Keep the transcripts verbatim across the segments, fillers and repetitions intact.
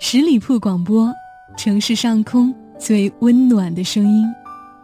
十里铺广播，城市上空最温暖的声音。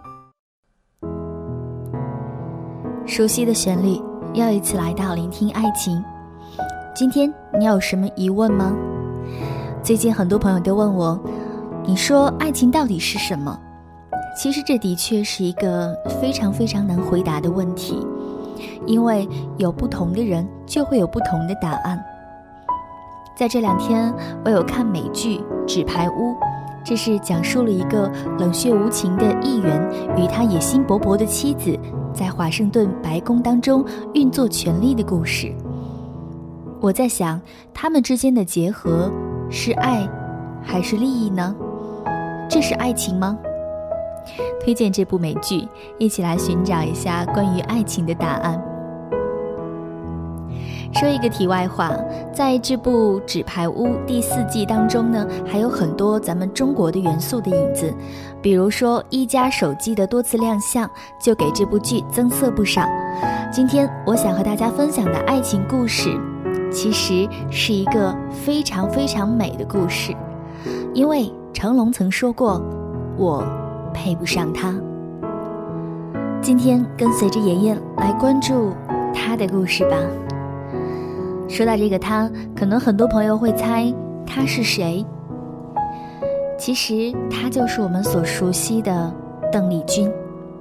熟悉的旋律，又一次来到聆听爱情。今天你有什么疑问吗？最近很多朋友都问我，你说爱情到底是什么？其实这的确是一个非常非常难回答的问题，因为有不同的人就会有不同的答案。在这两天我有看美剧《纸牌屋》，这是讲述了一个冷血无情的议员与他野心勃勃的妻子在华盛顿白宫当中运作权力的故事。我在想，他们之间的结合是爱还是利益呢？这是爱情吗？推荐这部美剧，一起来寻找一下关于爱情的答案。说一个题外话，在这部《纸牌屋》第四季当中呢，还有很多咱们中国的元素的影子，比如说一加手机的多次亮相，就给这部剧增色不少。今天我想和大家分享的爱情故事，其实是一个非常非常美的故事，因为成龙曾说过，我配不上他。今天跟随着妍妍来关注他的故事吧。说到这个他，可能很多朋友会猜他是谁。其实他就是我们所熟悉的邓丽君，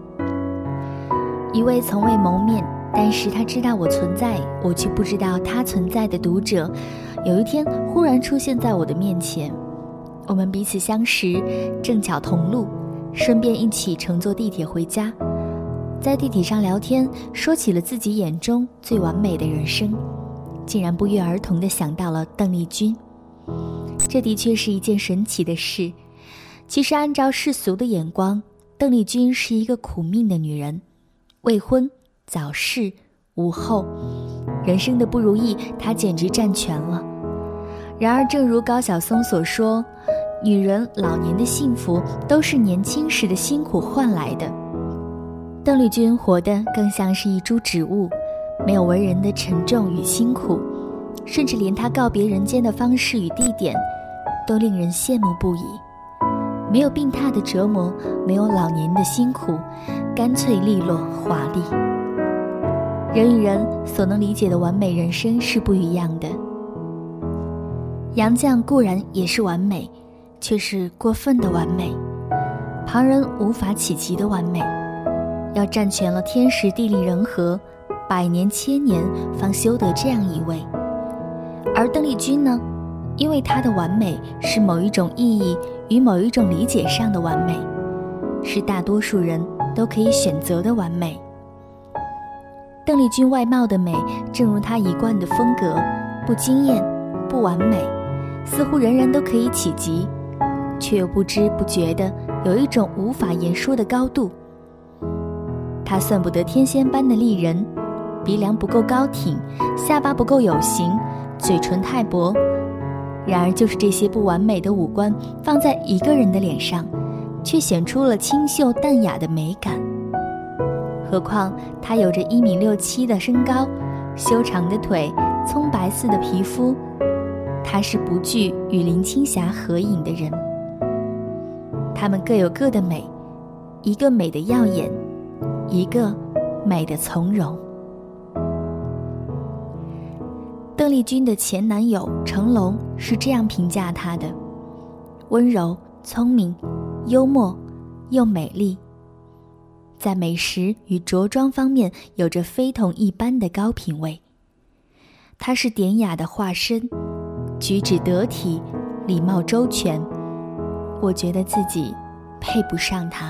一位从未谋面，但是他知道我存在，我却不知道他存在的读者，有一天忽然出现在我的面前。我们彼此相识，正巧同路，顺便一起乘坐地铁回家，在地铁上聊天，说起了自己眼中最完美的人生，竟然不约而同地想到了邓丽君。这的确是一件神奇的事。其实按照世俗的眼光，邓丽君是一个苦命的女人，未婚、早逝、无后，人生的不如意她简直占全了。然而正如高晓松所说，女人老年的幸福都是年轻时的辛苦换来的。邓丽君活得更像是一株植物，没有文人的沉重与辛苦，甚至连她告别人间的方式与地点都令人羡慕不已。没有病榻的折磨，没有老年的辛苦，干脆利落华丽。人与人所能理解的完美人生是不一样的。杨绛固然也是完美，却是过分的完美，旁人无法企及的完美，要占全了天时地利人和，百年千年方修得这样一位。而邓丽君呢，因为她的完美是某一种意义与某一种理解上的完美，是大多数人都可以选择的完美。邓丽君外貌的美，正如她一贯的风格，不惊艳，不完美，似乎人人都可以企及，却又不知不觉地有一种无法言说的高度。她算不得天仙般的丽人，鼻梁不够高挺，下巴不够有型，嘴唇太薄。然而就是这些不完美的五官放在一个人的脸上，却显出了清秀淡雅的美感。何况她有着一米六七的身高，修长的腿，葱白似的皮肤，她是不惧与林青霞合影的人。她们各有各的美，一个美的耀眼，一个美的从容。邓丽君的前男友成龙是这样评价她的：温柔、聪明、幽默又美丽，在美食与着装方面有着非同一般的高品位。她是典雅的化身，举止得体，礼貌周全，我觉得自己配不上她。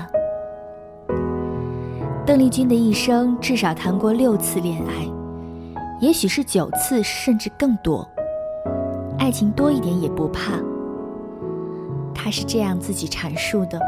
邓丽君的一生至少谈过六次恋爱，也许是九次甚至更多，爱情多一点也不怕。她是这样自己阐述的：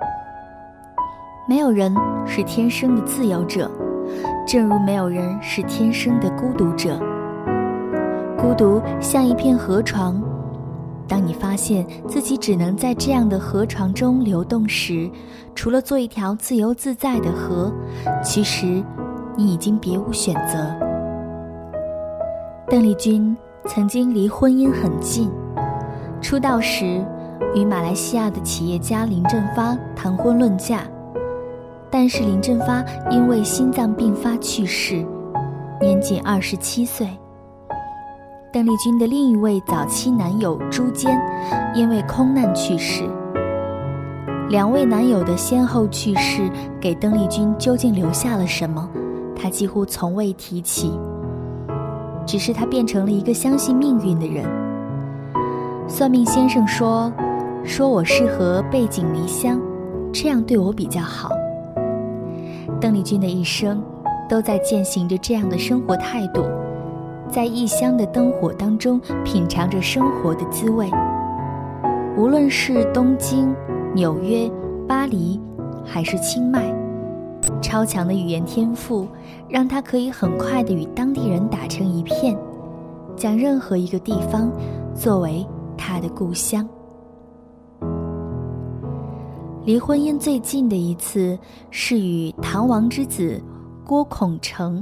没有人是天生的自由者，正如没有人是天生的孤独者。孤独像一片河床，当你发现自己只能在这样的河床中流动时，除了做一条自由自在的河，其实你已经别无选择。邓丽君曾经离婚姻很近， 出道时与马来西亚的企业家林振发谈婚论嫁，但是林振发因为心脏病发去世，年仅二十七岁。邓丽君的另一位早期男友朱坚因为空难去世。两位男友的先后去世给邓丽君究竟留下了什么，她几乎从未提起，只是她变成了一个相信命运的人。算命先生说说我适合背井离乡，这样对我比较好。邓丽君的一生都在践行着这样的生活态度，在异乡的灯火当中品尝着生活的滋味。无论是东京、纽约、巴黎还是清迈，超强的语言天赋让他可以很快地与当地人打成一片，将任何一个地方作为他的故乡。离婚姻最近的一次是与唐王之子郭孔成。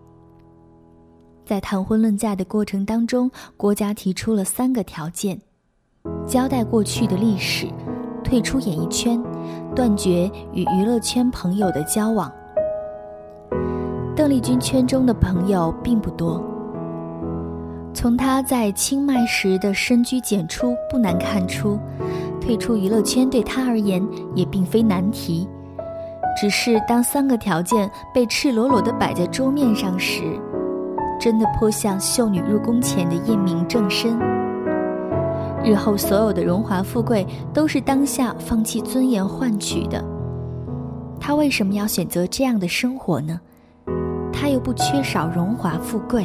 在谈婚论嫁的过程当中，郭家提出了三个条件：交代过去的历史，退出演艺圈，断绝与娱乐圈朋友的交往。邓丽君圈中的朋友并不多，从她在清迈时的深居简出不难看出，退出娱乐圈对她而言也并非难题，只是当三个条件被赤裸裸地摆在桌面上时，真的颇像秀女入宫前的验明正身。日后所有的荣华富贵都是当下放弃尊严换取的，她为什么要选择这样的生活呢？她又不缺少荣华富贵。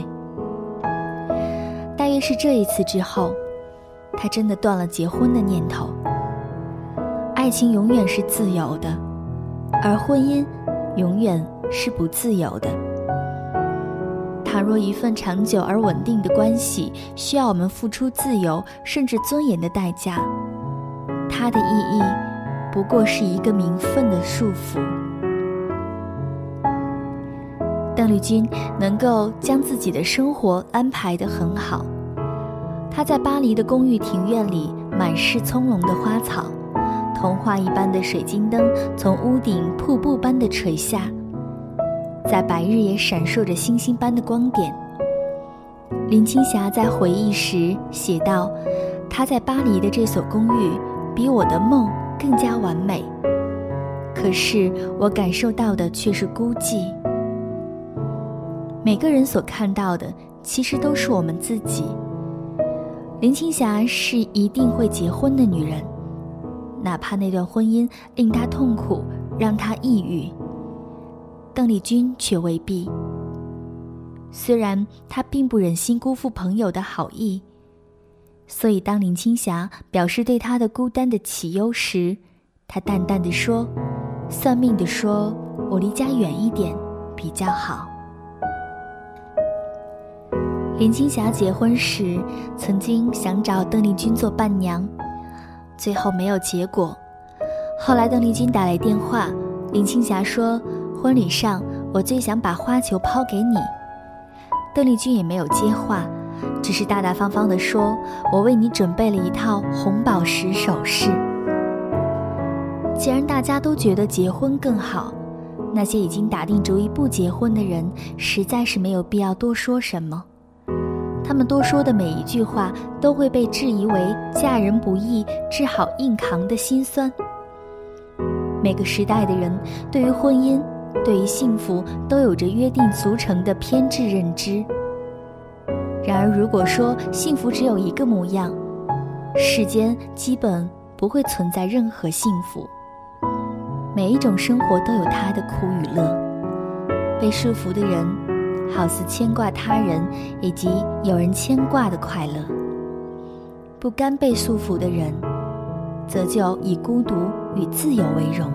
大约是这一次之后，她真的断了结婚的念头。爱情永远是自由的，而婚姻永远是不自由的。倘若一份长久而稳定的关系需要我们付出自由甚至尊严的代价，它的意义不过是一个名分的束缚。邓丽君能够将自己的生活安排得很好，她在巴黎的公寓庭院里满是葱茏的花草，童话一般的水晶灯从屋顶瀑布般的垂下，在白日也闪烁着星星般的光点。林青霞在回忆时写道，她在巴黎的这所公寓比我的梦更加完美，可是我感受到的却是孤寂。每个人所看到的其实都是我们自己。林青霞是一定会结婚的女人，哪怕那段婚姻令她痛苦，让她抑郁。邓丽君却未必。虽然她并不忍心辜负朋友的好意，所以当林青霞表示对她的孤单的起忧时，她淡淡地说，算命地说，我离家远一点比较好。林青霞结婚时曾经想找邓丽君做伴娘，最后没有结果。后来邓丽君打来电话，林青霞说，婚礼上我最想把花球抛给你。邓丽君也没有接话，只是大大方方地说，我为你准备了一套红宝石首饰。既然大家都觉得结婚更好，那些已经打定主意不结婚的人实在是没有必要多说什么。他们多说的每一句话都会被质疑为嫁人不易，只好硬扛的辛酸。每个时代的人对于婚姻，对于幸福都有着约定俗成的偏执认知。然而如果说幸福只有一个模样，世间基本不会存在任何幸福。每一种生活都有它的苦与乐，被束缚的人好似牵挂他人以及有人牵挂的快乐，不甘被束缚的人则就以孤独与自由为荣。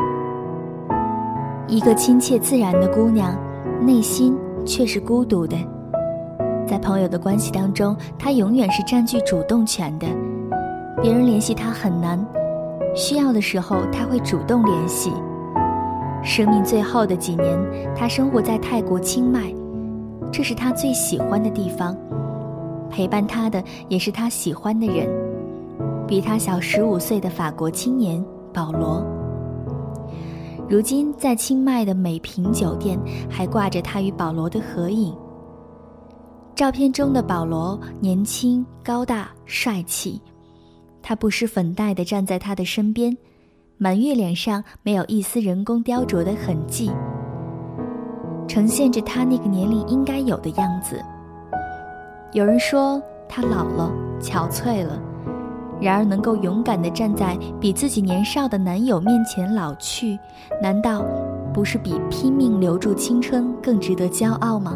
一个亲切自然的姑娘，内心却是孤独的。在朋友的关系当中，她永远是占据主动权的，别人联系她很难，需要的时候她会主动联系。生命最后的几年，她生活在泰国清迈，这是她最喜欢的地方，陪伴她的也是她喜欢的人， 比他小十五岁的法国青年保罗。如今在清迈的美品酒店还挂着他与保罗的合影。照片中的保罗年轻、高大、帅气，他不施粉黛地站在他的身边，满月脸上没有一丝人工雕琢的痕迹，呈现着他那个年龄应该有的样子。有人说他老了，憔悴了，然而能够勇敢地站在比自己年少的男友面前老去，难道不是比拼命留住青春更值得骄傲吗？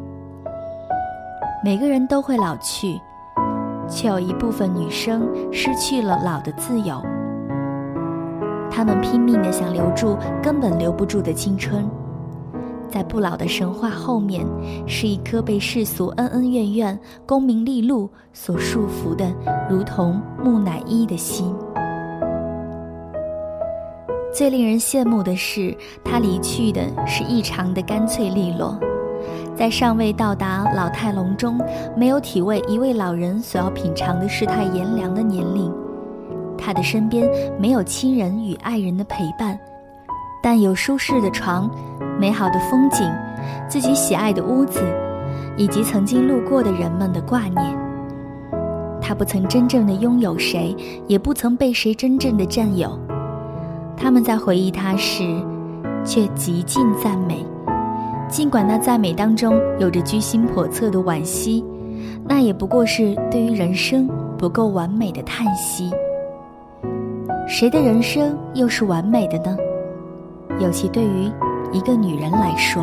每个人都会老去，却有一部分女生失去了老的自由。她们拼命地想留住根本留不住的青春，在不老的神话后面，是一颗被世俗恩恩怨怨、功名利禄所束缚的如同木乃伊的心。最令人羡慕的是，他离去的是异常的干脆利落，在尚未到达老态龙钟，没有体味一位老人所要品尝的世态炎凉的年龄。他的身边没有亲人与爱人的陪伴，但有舒适的床、美好的风景、自己喜爱的屋子，以及曾经路过的人们的挂念。他不曾真正的拥有谁，也不曾被谁真正的占有。他们在回忆他时，却极尽赞美，尽管那赞美当中有着居心叵测的惋惜，那也不过是对于人生不够完美的叹息。谁的人生又是完美的呢？尤其对于一个女人来说。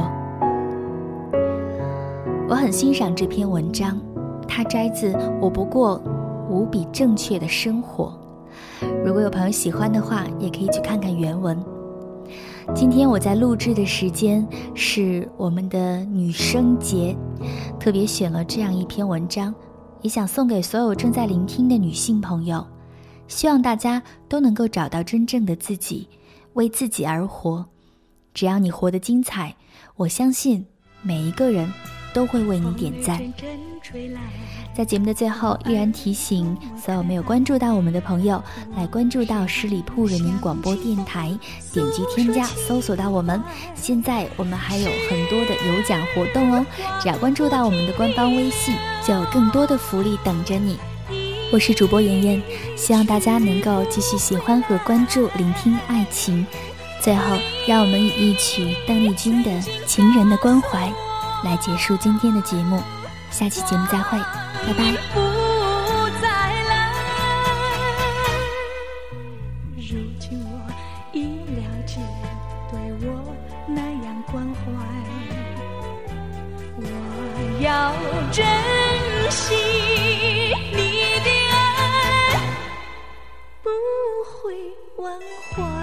我很欣赏这篇文章，它摘自《我不过无比正确的生活》。如果有朋友喜欢的话，也可以去看看原文。今天我在录制的时间是我们的女生节，特别选了这样一篇文章，也想送给所有正在聆听的女性朋友，希望大家都能够找到真正的自己，为自己而活。只要你活得精彩，我相信每一个人都会为你点赞。在节目的最后，依然提醒所有没有关注到我们的朋友，来关注到十里铺人民广播电台，点击添加，搜索到我们。现在我们还有很多的有奖活动哦，只要关注到我们的官方微信，就有更多的福利等着你。我是主播妍妍，希望大家能够继续喜欢和关注聆听爱情。最后，让我们以一曲邓丽君的《情人的关怀》来结束今天的节目。下期节目再会，拜拜。 不再来，如今我已了解，对我那样关怀，我要珍惜你的爱，不会忘怀。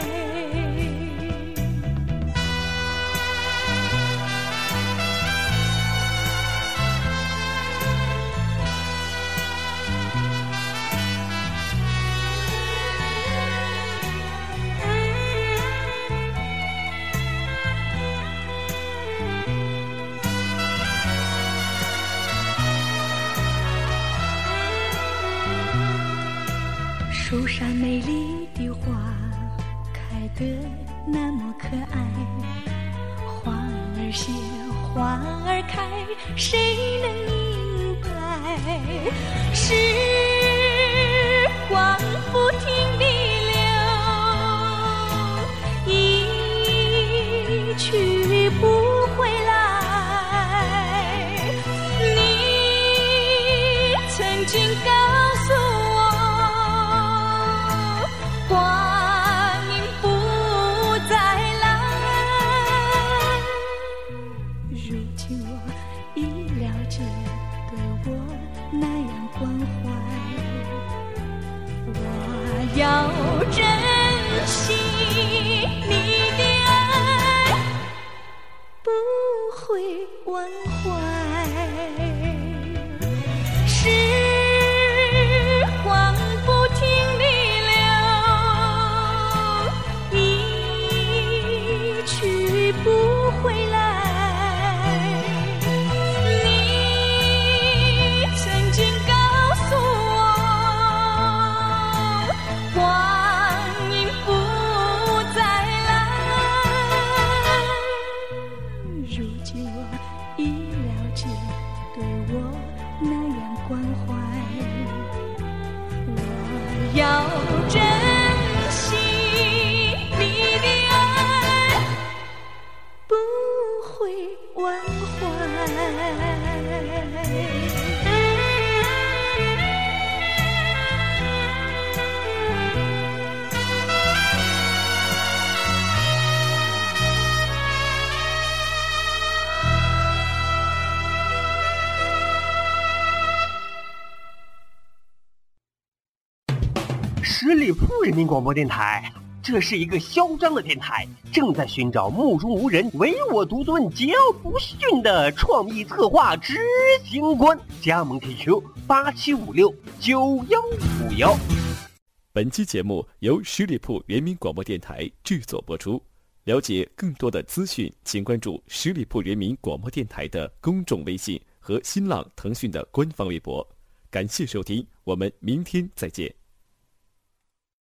树上美丽的花开得那么可爱，花儿谢，花儿开，谁能明白？时光不停地流，一去不回来。你曾经告诉我，光阴不再来，如今我已了解，对我那样关怀，我要珍惜你的爱，不会忘怀。时光不停地去不回来，你曾经告诉我， 要珍惜你的爱，不会忘怀。 十里铺人民广播电台，这是一个嚣张的电台，正在寻找目中无人、唯我独尊、桀骜不驯的创意策划执行官。加盟 Q Q 八七五六九幺五幺。 本期节目由十里铺人民广播电台制作播出。了解更多的资讯，请关注十里铺人民广播电台的公众微信和新浪、腾讯的官方微博。感谢收听，我们明天再见。